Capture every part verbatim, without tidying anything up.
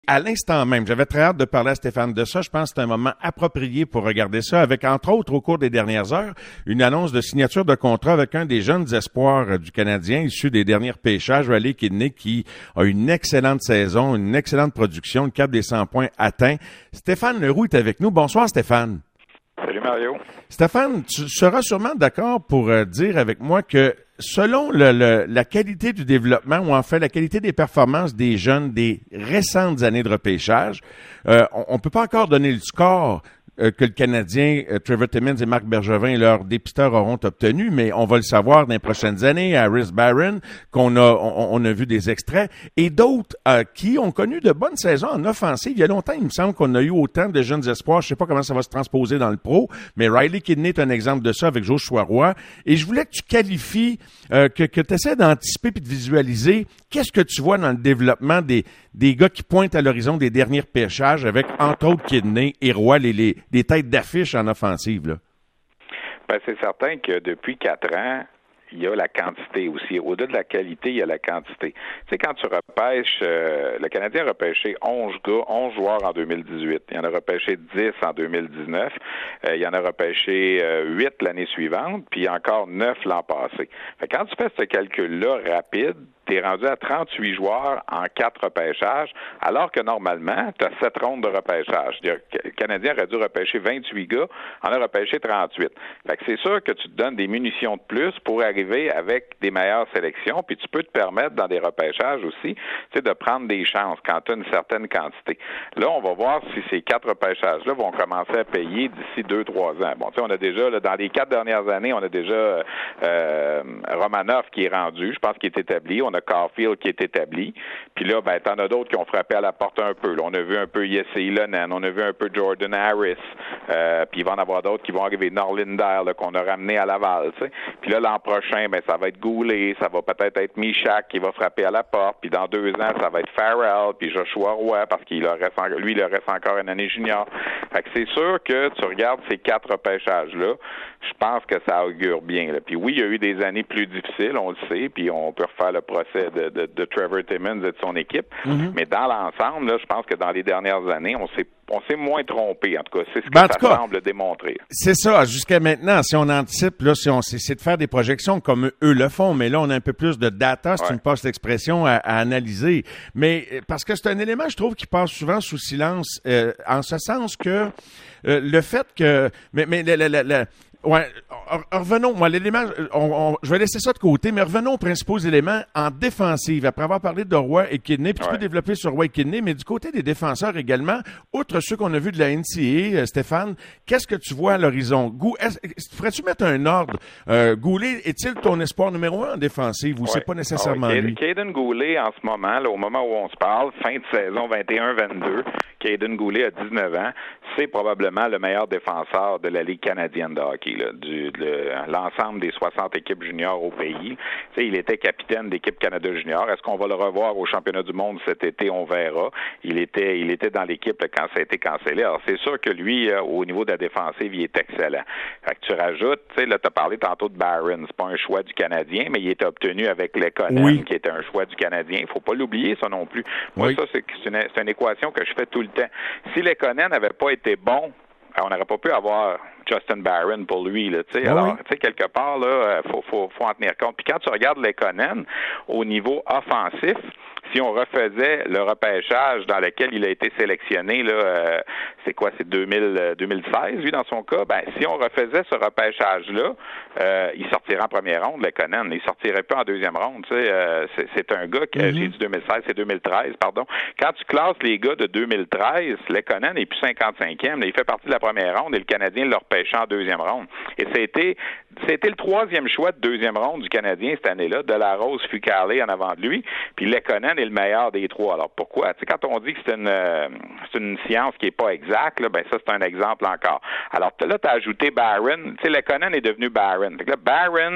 À l'instant même, j'avais très hâte de parler à Stéphane de ça. Je pense que c'est un moment approprié pour regarder ça avec, entre autres, au cours des dernières heures, une annonce de signature de contrat avec un des jeunes espoirs du Canadien issu des derniers pêchages, Riley Kidney, qui a une excellente saison, une excellente production, le cap des cent points atteint. Stéphane Leroux est avec nous. Bonsoir, Stéphane. Salut, Mario. Stéphane, tu seras sûrement d'accord pour euh, dire avec moi que selon le, le, la qualité du développement, ou en fait la qualité des performances des jeunes des récentes années de repêchage, euh, on ne peut pas encore donner le score euh, que le Canadien, euh, Trevor Timmins et Marc Bergevin et leurs dépisteurs auront obtenu, mais on va le savoir dans les prochaines années. Harris Barron, qu'on a, on, on a vu des extraits, et d'autres euh, qui ont connu de bonnes saisons en offensive. Il y a longtemps, il me semble qu'on a eu autant de jeunes espoirs. Je sais pas comment ça va se transposer dans le pro, mais Riley Kidney est un exemple de ça avec Joshua Roy. Et je voulais que tu qualifies, euh, que, que tu essaies d'anticiper puis de visualiser qu'est-ce que tu vois dans le développement des, des gars qui pointent à l'horizon des derniers pêchages avec, entre autres, Kidney et Roy, les, les, les têtes d'affiche en offensive, là. Ben, c'est certain que depuis quatre ans, il y a la quantité aussi. Au-delà de la qualité, il y a la quantité. C'est quand tu repêches, euh, le Canadien a repêché onze gars, onze joueurs en deux mille dix-huit. Il y en a repêché dix en deux mille dix-neuf. Euh, il y en a repêché euh, huit l'année suivante, puis encore neuf l'an passé. Fait que quand tu fais ce calcul-là rapide, tu es rendu à trente-huit joueurs en quatre repêchages, alors que normalement, tu as sept rondes de repêchage. Le Canadien aurait dû repêcher vingt-huit gars, en a repêché trente-huit. Fait que c'est sûr que tu te donnes des munitions de plus pour arriver avec des meilleures sélections, puis tu peux te permettre, dans des repêchages aussi, tu sais, de prendre des chances quand tu as une certaine quantité. Là, on va voir si ces quatre repêchages-là vont commencer à payer d'ici deux, trois ans. Bon, tu sais, on a déjà, là, dans les quatre dernières années, on a déjà euh, Romanov qui est rendu, je pense qu'il est établi. On a Caulfield qui est établi. Puis là, ben, t'en as d'autres qui ont frappé à la porte un peu. Là, on a vu un peu Jesse Ilonen, on a vu un peu Jordan Harris, euh, puis il va en avoir d'autres qui vont arriver. Norlinder, là, qu'on a ramené à Laval, tu sais. Puis là, l'an prochain, ben, ça va être Goulet, ça va peut-être être Michak qui va frapper à la porte. Puis dans deux ans, ça va être Farrell, puis Joshua Roy, parce qu'il leur reste, en... lui, il leur reste encore une année junior. Fait que c'est sûr que tu regardes ces quatre repêchages-là, je pense que ça augure bien, là. Puis oui, il y a eu des années plus difficiles, on le sait, puis on peut refaire le procès De, de, de Trevor Timmins et de son équipe. Mm-hmm. Mais dans l'ensemble, là, je pense que dans les dernières années, on s'est on s'est moins trompé. En tout cas, c'est ce que ben, ça cas, semble démontrer. C'est ça. Jusqu'à maintenant, si on anticipe, là, si on c'est de faire des projections comme eux le font, mais là, on a un peu plus de data, si ouais. tu me passes l'expression, à, à analyser. Mais parce que c'est un élément, je trouve, qui passe souvent sous silence, euh, en ce sens que euh, le fait que... Mais, mais la, la, la, la Ouais, revenons, moi, l'élément, on, on, je vais laisser ça de côté, mais revenons aux principaux éléments en défensive. Après avoir parlé de Roy et Kidney, puis ouais. tu peux développer sur Roy et Kidney, mais du côté des défenseurs également, outre ceux qu'on a vus de la N C A A, Stéphane, qu'est-ce que tu vois à l'horizon? Gou, ferais-tu mettre un ordre? Euh, Goulet, est-il ton espoir numéro un en défensive ou ouais. c'est pas nécessairement oh, lui? Caden Goulet, en ce moment, là, au moment où on se parle, fin de saison vingt et un vingt-deux, Caden Goulet a dix-neuf ans, c'est probablement le meilleur défenseur de la Ligue canadienne de hockey. Là, du, de l'ensemble des soixante équipes juniors au pays. T'sais, il était capitaine d'équipe Canada junior. Est-ce qu'on va le revoir au championnat du monde cet été? On verra. Il était il était dans l'équipe quand ça a été cancellé. Alors, c'est sûr que lui, euh, au niveau de la défensive, il est excellent. Fait que tu rajoutes, tu sais, là, tu as parlé tantôt de Barron. C'est pas un choix du Canadien, mais il est obtenu avec Lekonen, oui. qui était un choix du Canadien. Il faut pas l'oublier, ça non plus. Moi, oui. ça, c'est une, c'est une équation que je fais tout le temps. Si Lekonen n'avait pas été bon, on n'aurait pas pu avoir Justin Barron pour lui, là, tu sais. Ah, alors, oui. tu sais, quelque part, là, faut, faut, faut en tenir compte. Puis quand tu regardes Lekonen, au niveau offensif, si on refaisait le repêchage dans lequel il a été sélectionné, là, euh, c'est quoi, c'est deux mille, deux mille seize, lui, dans son cas, ben, si on refaisait ce repêchage-là, euh, il sortirait en première ronde, Lekonen. Il sortirait pas en deuxième ronde, tu sais. Euh, c'est, c'est un gars qui, mm-hmm. j'ai dit deux mille seize, c'est deux mille treize, pardon. Quand tu classes les gars de deux mille treize, Lekonen est plus cinquante-cinquième, là, il fait partie de la première ronde et le Canadien l'a repêché en deuxième ronde. Et c'était, c'était le troisième choix de deuxième ronde du Canadien cette année-là, de la Rose Fucale en avant de lui, puis Lekonen est le meilleur des trois. Alors pourquoi? Tu sais, quand on dit que c'est une, euh, c'est une science qui est pas exacte, là, ben ça, c'est un exemple encore. Alors là, tu as ajouté Barron. Tu sais, Lekonen est devenu Barron. Fait que là, Barron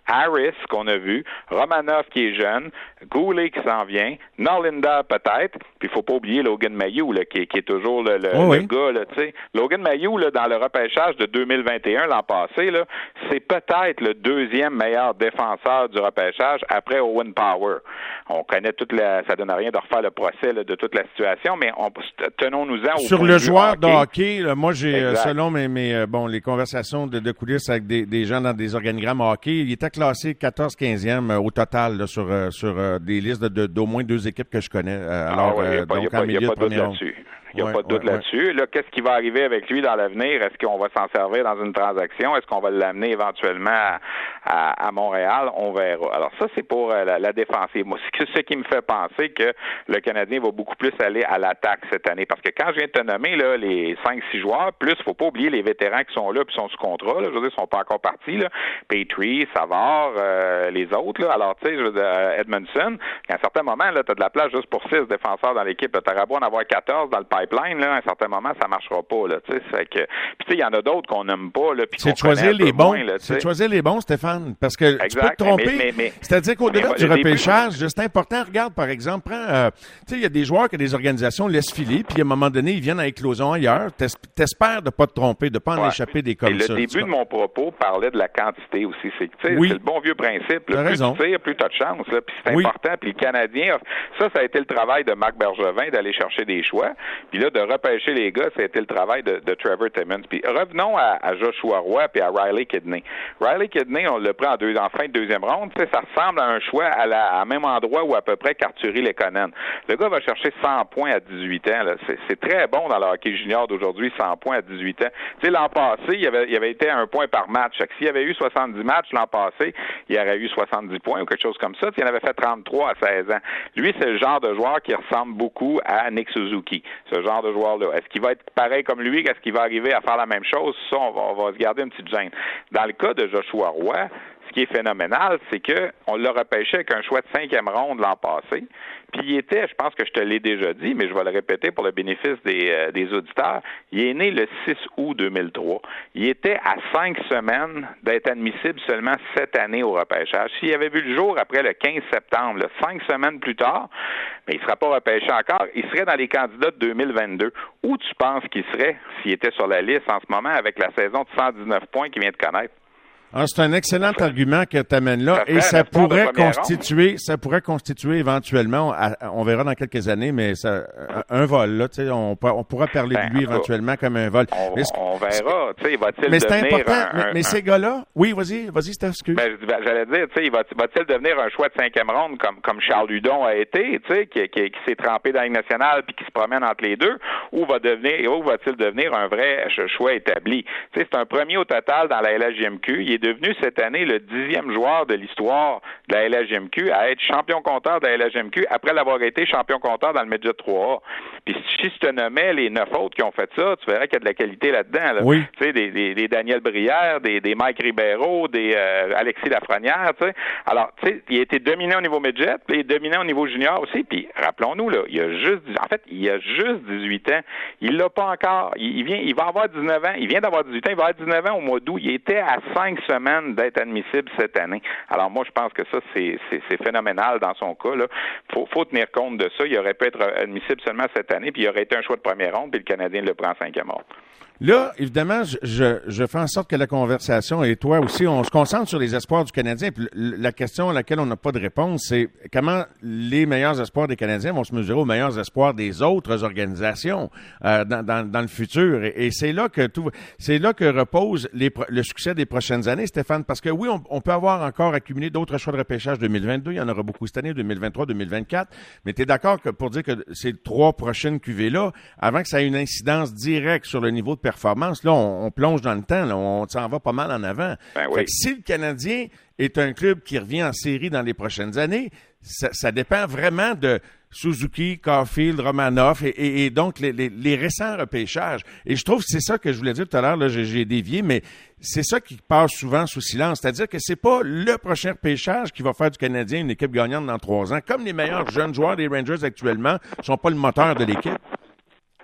Harris, qu'on a vu, Romanov qui est jeune, Goulet qui s'en vient, Norlinda peut-être, puis il faut pas oublier Logan Mailloux, là, qui, qui est toujours le, le, oh le oui. gars, là, tu sais. Logan Mailloux, là, dans le repêchage de deux mille vingt et un, l'an passé, là, c'est peut-être le deuxième meilleur défenseur du repêchage après Owen Power. On connaît toute la, ça donne rien de refaire le procès là, de toute la situation, mais on, tenons-nous-en au Sur point le de vue joueur hockey. de hockey, là, moi j'ai, Exact. selon mes, mes bon les conversations de, de coulisses avec des, des gens dans des organigrammes hockey, il était classé quatorze quinzième au total là, sur sur euh, des listes de, de, d'au moins deux équipes que je connais. Euh, alors, ah ouais, euh, pas, donc pas, en milieu y a de pas de doute première ronde. là-dessus. Il n'y a ouais, pas de doute ouais, là-dessus. Ouais. Là, qu'est-ce qui va arriver avec lui dans l'avenir? Est-ce qu'on va s'en servir dans une transaction? Est-ce qu'on va l'amener éventuellement à, à, à Montréal? On verra. Alors ça, c'est pour euh, la, la défensive. Moi, c'est ce qui me fait penser que le Canadien va beaucoup plus aller à l'attaque cette année. Parce que quand je viens de te nommer là, les cinq six joueurs, plus, il ne faut pas oublier les vétérans qui sont là et sont sous contrat. Là, je veux dire, ils ne sont pas encore partis. Là. Petrie, Savard, euh, les autres. Là. Alors, tu sais, euh, Edmondson, à un certain moment, tu as de la place juste pour six défenseurs dans l'équipe. Tu aurais beau en avoir quatorze dans le pipeline, là, à un certain moment, ça marchera pas, là, tu sais, c'est que, puis tu sais, il y en a d'autres qu'on n'aime pas, là, puis c'est qu'on de choisir connaît un les peu bons, moins, là, c'est de sais. choisir les bons, Stéphane, parce que exact, tu peux te tromper, mais, mais, mais, c'est-à-dire qu'au-delà mais, du le repêchage, c'est important, regarde, par exemple, prends, euh, tu sais, il y a des joueurs que des organisations laissent filer, puis à un moment donné, ils viennent à éclosion ailleurs, T'es, t'espères de pas te tromper, de pas en ouais. échapper des comme et ça. le début de mon propos parlait de la quantité aussi, c'est, tu sais, oui. c'est le bon vieux principe, là, plus raison. tu tires, plus tu as de chance, là, puis c'est oui. important, puis le Canadien, ça, ça a été le travail de Marc Bergevin d'aller chercher des choix, puis là, de repêcher les gars, ça a été le travail de, de Trevor Timmons. Puis revenons à, à Joshua Roy puis à Riley Kidney. Riley Kidney, on le prend en, deux, en fin de deuxième ronde. Tu sais, ça ressemble à un choix à la à même endroit où à peu près qu'Arthurie Lekonen. Le gars va chercher cent points à dix-huit ans. Là. C'est, c'est très bon dans le hockey junior d'aujourd'hui, cent points à dix-huit ans. Tu sais, l'an passé, il avait, il avait été à un point par match. Fait que s'il avait eu soixante-dix matchs l'an passé, il aurait eu soixante-dix points ou quelque chose comme ça. Tu sais, il en avait fait trente-trois à seize ans. Lui, c'est le genre de joueur qui ressemble beaucoup à Nick Suzuki. Ce genre de joueur-là. Est-ce qu'il va être pareil comme lui? Est-ce qu'il va arriver à faire la même chose? Ça, on va, on va se garder une petite gêne. Dans le cas de Joshua Roy, ce qui est phénoménal, c'est que on l'a repêché avec un choix de cinquième ronde l'an passé. Puis il était, je pense que je te l'ai déjà dit, mais je vais le répéter pour le bénéfice des, euh, des auditeurs, il est né le six août deux mille trois. Il était à cinq semaines d'être admissible seulement cette année au repêchage. S'il avait vu le jour après le quinze septembre, là, cinq semaines plus tard, mais il ne sera pas repêché encore, il serait dans les candidats de deux mille vingt-deux. Où tu penses qu'il serait s'il était sur la liste en ce moment avec la saison de cent dix-neuf points qu'il vient de connaître? Ah, c'est un excellent ça argument que tu amènes là, ça et ça pourrait constituer, ronde. ça pourrait constituer éventuellement, on verra dans quelques années, mais ça, un, un vol là, tu sais, on, on pourra parler ben, de lui éventuellement comme un vol. On, mais on verra, tu sais, va-t-il mais devenir c'est important, un, mais, un, mais un, ces gars-là, oui, vas-y, vas-y, Steph, excuse. Ben, ben, j'allais dire, tu sais, va, va-t-il devenir un choix de cinquième ronde comme comme Charles Hudon a été, tu sais, qui, qui, qui s'est trempé dans la Ligue nationale puis qui se promène entre les deux, ou va devenir, ou va-t-il devenir un vrai choix établi? Tu sais, c'est un premier au total dans la L H J M Q. Il est devenu cette année le dixième joueur de l'histoire de la L H J M Q à être champion compteur de la L H J M Q après l'avoir été champion compteur dans le Midget trois A. Puis si je te nommais les neuf autres qui ont fait ça, tu verrais qu'il y a de la qualité là-dedans. Là. Oui. Tu sais, des, des, des Daniel Brière, des, des Mike Ribeiro, des euh, Alexis Lafrenière, tu sais. Alors, tu sais, il a été dominé au niveau Midget, puis il est dominé au niveau junior aussi. Puis rappelons-nous, là, il a juste, en fait, il a juste dix-huit ans. Il l'a pas encore. Il, il vient, il va avoir dix-neuf ans. Il vient d'avoir dix-huit ans. Il va avoir dix-neuf ans au mois d'août. Il était à cinq semaines d'être admissible cette année. Alors moi, je pense que ça, c'est, c'est, c'est phénoménal dans son cas. Il faut, faut tenir compte de ça. Il aurait pu être admissible seulement cette année, puis il aurait été un choix de première ronde, puis le Canadien le prend en cinquième ronde. Là, évidemment, je, je, je fais en sorte que la conversation, et toi aussi, on se concentre sur les espoirs du Canadien. Puis la question à laquelle on n'a pas de réponse, c'est comment les meilleurs espoirs des Canadiens vont se mesurer aux meilleurs espoirs des autres organisations euh, dans, dans, dans le futur. Et, et c'est là que tout, c'est là que repose les, le succès des prochaines années, Stéphane. Parce que oui, on, on peut avoir encore accumulé d'autres choix de repêchage deux mille vingt-deux. Il y en aura beaucoup cette année, deux mille vingt-trois, deux mille vingt-quatre. Mais tu es d'accord que pour dire que ces trois prochaines Q V-là, avant que ça ait une incidence directe sur le niveau de performance, là, on, on plonge dans le temps, là, on s'en va pas mal en avant. Ben oui. Fait que si le Canadien est un club qui revient en série dans les prochaines années, ça, ça dépend vraiment de Suzuki, Caulfield, Romanov et, et, et donc les, les, les récents repêchages. Et je trouve que c'est ça que je voulais dire tout à l'heure, là, j'ai, j'ai dévié, mais c'est ça qui passe souvent sous silence. C'est-à-dire que c'est pas le prochain repêchage qui va faire du Canadien une équipe gagnante dans trois ans. Comme les meilleurs jeunes joueurs des Rangers actuellement sont pas le moteur de l'équipe.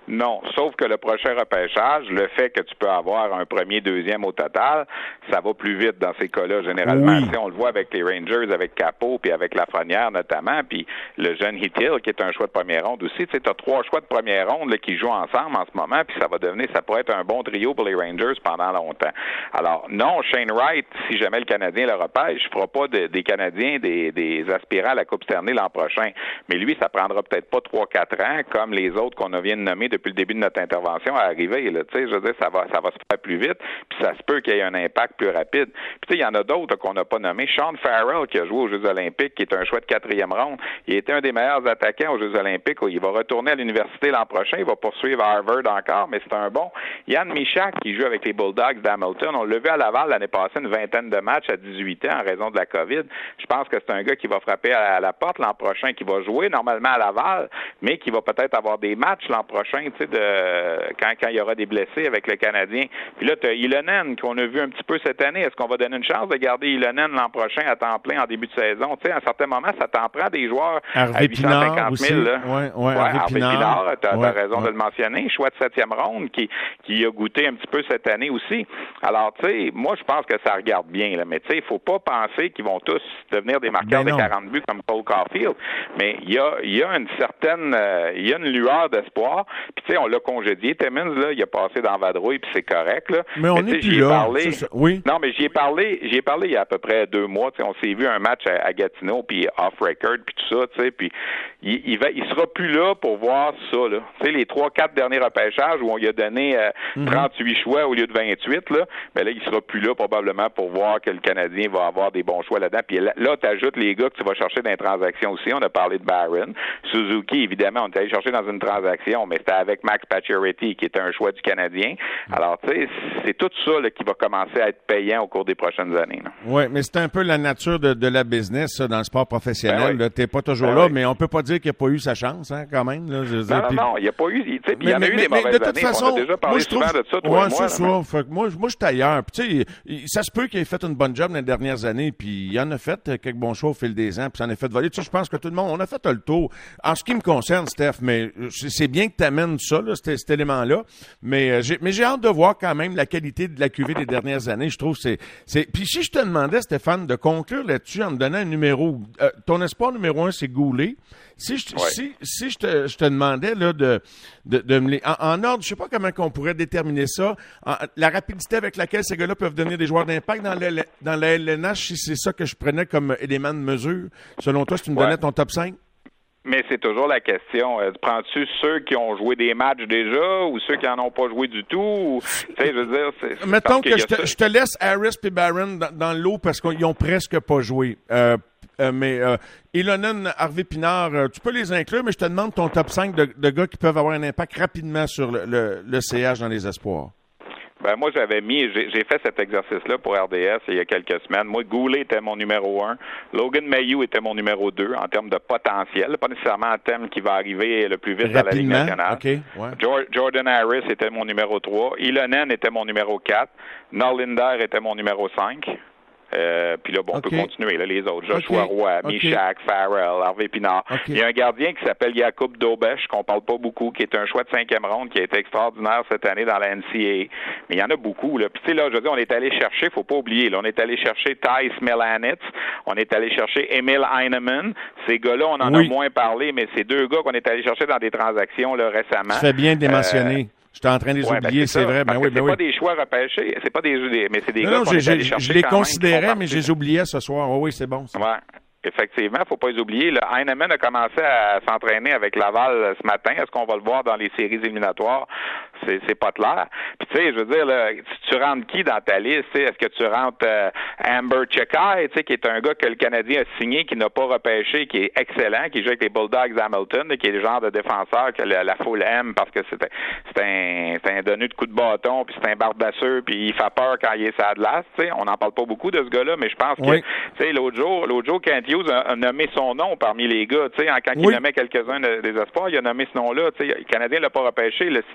Non, sauf que le prochain repêchage, le fait que tu peux avoir un premier, deuxième au total, ça va plus vite dans ces cas-là, généralement. Oui. Tu sais, on le voit avec les Rangers, avec Capo, puis avec Lafrenière notamment, puis le jeune Hill, qui est un choix de première ronde aussi. Tu sais, tu as trois choix de première ronde là, qui jouent ensemble en ce moment, puis ça va devenir, ça pourrait être un bon trio pour les Rangers pendant longtemps. Alors, non, Shane Wright, si jamais le Canadien le repêche, je ne ferai pas de, des Canadiens des, des aspirants à la Coupe Stanley l'an prochain. Mais lui, ça prendra peut-être pas trois quatre ans, comme les autres qu'on vient de nommer depuis le début de notre intervention à arriver. Là. Tu sais, je veux dire, ça va, ça va se faire plus vite, puis ça se peut qu'il y ait un impact plus rapide. Puis tu sais, il y en a d'autres qu'on n'a pas nommés. Sean Farrell, qui a joué aux Jeux olympiques, qui est un choix de quatrième ronde, il était un des meilleurs attaquants aux Jeux olympiques. Il va retourner à l'université l'an prochain, il va poursuivre à Harvard encore, mais c'est un bon. Yann Michak, qui joue avec les Bulldogs d'Hamilton, on l'a vu à Laval l'année passée, une vingtaine de matchs à dix-huit ans en raison de la COVID. Je pense que c'est un gars qui va frapper à la porte l'an prochain, qui va jouer normalement à Laval, mais qui va peut-être avoir des matchs l'an prochain, tu sais, de quand, quand il y aura des blessés avec le Canadien. Puis là, tu as Ilonen, qu'on a vu un petit peu cette année. Est-ce qu'on va donner une chance de garder Ilonen l'an prochain à temps plein en début de saison? Tu sais, à un certain moment, ça t'en prend des joueurs Harvey à huit cent cinquante mille. Là. Ouais, ouais, ouais, Harvey Harvey Pinard. Pinard, tu as ouais, raison ouais. de le mentionner. Choix de septième ronde qui, qui a goûté un petit peu cette année aussi. Alors, tu sais, moi, je pense que ça regarde bien, là. Mais tu sais, il faut pas penser qu'ils vont tous devenir des marqueurs ben de quarante buts comme Cole Caulfield. Mais il y a, il y a une certaine, euh, il y a une lueur d'espoir. Puis tu sais, on l'a congédié. Timmins, là, il a passé dans Vadrouille, puis c'est correct, là. Mais on n'est plus là. Parlé... Oui. Non, mais j'y ai parlé, j'y ai parlé il y a à peu près deux mois. Tu sais, on s'est vu un match à, à Gatineau, puis off-record, puis tout ça, tu sais, puis il, il, va, il sera plus là pour voir ça, là. Tu sais, les trois, quatre derniers repêchages où on lui a donné euh, mm-hmm. trente-huit choix au lieu de vingt-huit, là, ben là, il sera plus là probablement pour voir que le Canadien va avoir des bons choix là-dedans. Puis là, là tu ajoutes les gars que tu vas chercher dans les transactions aussi. On a parlé de Barron. Suzuki, évidemment, on est allé chercher dans une transaction, mais c'était avec Max Pacioretty, qui était un choix du Canadien. Alors, tu sais, c'est tout ça là, qui va commencer à être payant au cours des prochaines années. Oui, mais c'est un peu la nature de, de la business, ça, dans le sport professionnel. Ben oui. Tu n'es pas toujours ben là, oui. mais on peut pas dire qu'il n'a pas eu sa chance, hein, quand même. Là, je veux non, dire, puis... non, il n'y a pas eu. Il y en a mais, eu mais, des mauvaises de toute années. Façon, on a déjà parlé moi, je trouve... souvent de ça, toi ouais, et moi. c'est Là, ça. mais... Fait que moi, moi je suis ailleurs. Puis, tu sais, ça se peut qu'il ait fait une bonne job dans les dernières années, puis il en a fait quelques bons choix au fil des ans, puis ça en a fait voler. Tu sais, je pense que tout le monde, on a fait le tour. En ce qui me concerne, Steph, mais c'est bien que tu amènes ça, là, cet, cet élément-là, mais j'ai, mais j'ai hâte de voir quand même la qualité de la Q V des dernières années. Je trouve que c'est, c'est... Puis si je te demandais, Stéphane, de conclure là-dessus en me donnant un numéro... Euh, ton espoir numéro un, c'est Goulet. Si je, ouais. si, si je, te, je te demandais là, de, de, de me les... En, en ordre, je sais pas comment on pourrait déterminer ça. En, la rapidité avec laquelle ces gars-là peuvent devenir des joueurs d'impact dans, le, dans la L N H, si c'est ça que je prenais comme élément de mesure. Selon toi, si tu me ouais. donnais ton top cinq? Mais c'est toujours la question. Euh, prends-tu ceux qui ont joué des matchs déjà ou ceux qui n'en ont pas joué du tout? Ou, tu sais, je veux dire, c'est, c'est mettons que, que je, te, ça... je te laisse Harris et Barron dans, dans l'eau parce qu'ils ont presque pas joué. Euh, euh, mais euh, Ilonen, Harvey Pinard, euh, tu peux les inclure, mais je te demande ton top cinq de, de gars qui peuvent avoir un impact rapidement sur le, le, le C H dans les espoirs. Ben moi, j'avais mis, j'ai, j'ai fait cet exercice-là pour R D S il y a quelques semaines. Moi, Goulet était mon numéro un. Logan Mayhew était mon numéro deux en termes de potentiel, pas nécessairement en termes qui va arriver le plus vite rapidement, dans la Ligue nationale. Okay, ouais. Jordan Harris était mon numéro trois. Ilonen était mon numéro quatre. Norlinder était mon numéro cinq. Euh, puis là, bon, okay. on peut continuer, là, les autres. Joshua okay. Roy, okay. Michak, Farrell, Harvey Pinard. Okay. Il y a un gardien qui s'appelle Jakub Dobeš, qu'on parle pas beaucoup, qui est un choix de cinquième ronde, qui a été extraordinaire cette année dans la N C A A. Mais il y en a beaucoup, là. Puis tu sais, là, je veux dire, on est allé chercher, faut pas oublier, là, on est allé chercher Thijs Melanitz, on est allé chercher Emil Heinemann. Ces gars-là, on en oui. a moins parlé, mais c'est deux gars qu'on est allé chercher dans des transactions, là, récemment. Tu fais bien de les mentionner. Euh... J'étais en train de les ouais, oublier, ben c'est, c'est vrai. Ben oui, ben c'est oui. pas des choix repêchés, c'est pas des, des mais c'est des non, gars non, qu'on j'ai, est allé j'ai, chercher. Je les quand considérais, même, mais je les oubliais ce soir. Oh, oui, c'est bon. Ça. Ouais. Effectivement, faut pas les oublier. Là, Heinemann a commencé à s'entraîner avec Laval ce matin. Est-ce qu'on va le voir dans les séries éliminatoires? C'est, c'est pas clair. Puis tu sais, je veux dire, là, tu rentres qui dans ta liste? T'sais? Est-ce que tu rentres euh, Amber Chekai, qui est un gars que le Canadien a signé, qui n'a pas repêché, qui est excellent, qui joue avec les Bulldogs Hamilton, là, qui est le genre de défenseur que la, la foule aime parce que c'est, c'est un c'est un donné de coup de bâton, puis c'est un barbasseux, puis il fait peur quand il est sur la glace. T'sais. On n'en parle pas beaucoup de ce gars-là, mais je pense oui. que tu sais, l'autre jour, l'autre jour, Kent Hughes a, a nommé son nom parmi les gars. Quand oui. il nommait quelques-uns de, des espoirs, il a nommé ce nom-là. T'sais. Le Canadien l'a pas repêché, il l'a signé comme joueur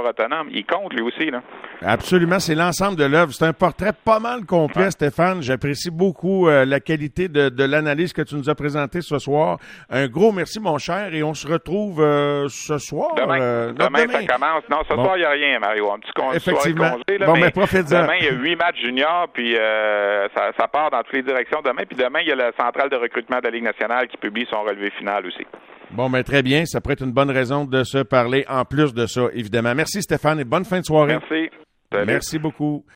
autonome. Il compte, lui aussi, là. Absolument, c'est l'ensemble de l'œuvre. C'est un portrait pas mal complet, ouais. Stéphane. J'apprécie beaucoup euh, la qualité de, de l'analyse que tu nous as présentée ce soir. Un gros merci, mon cher, et on se retrouve euh, ce soir. Demain, euh, demain, demain, ça commence. Non, ce bon. soir, il n'y a rien, Mario. Un petit con- Effectivement. soirée de congé, là, bon, mais, mais profite-en. Demain, il y a huit matchs juniors, puis euh, ça, ça part dans toutes les directions demain. Puis demain, il y a la centrale de recrutement de la Ligue nationale qui publie son relevé final aussi. Bon, mais très bien. Ça pourrait être une bonne raison de se parler en plus de ça, évidemment. Merci, Stéphane, et bonne fin de soirée. Merci. Salut. Merci beaucoup.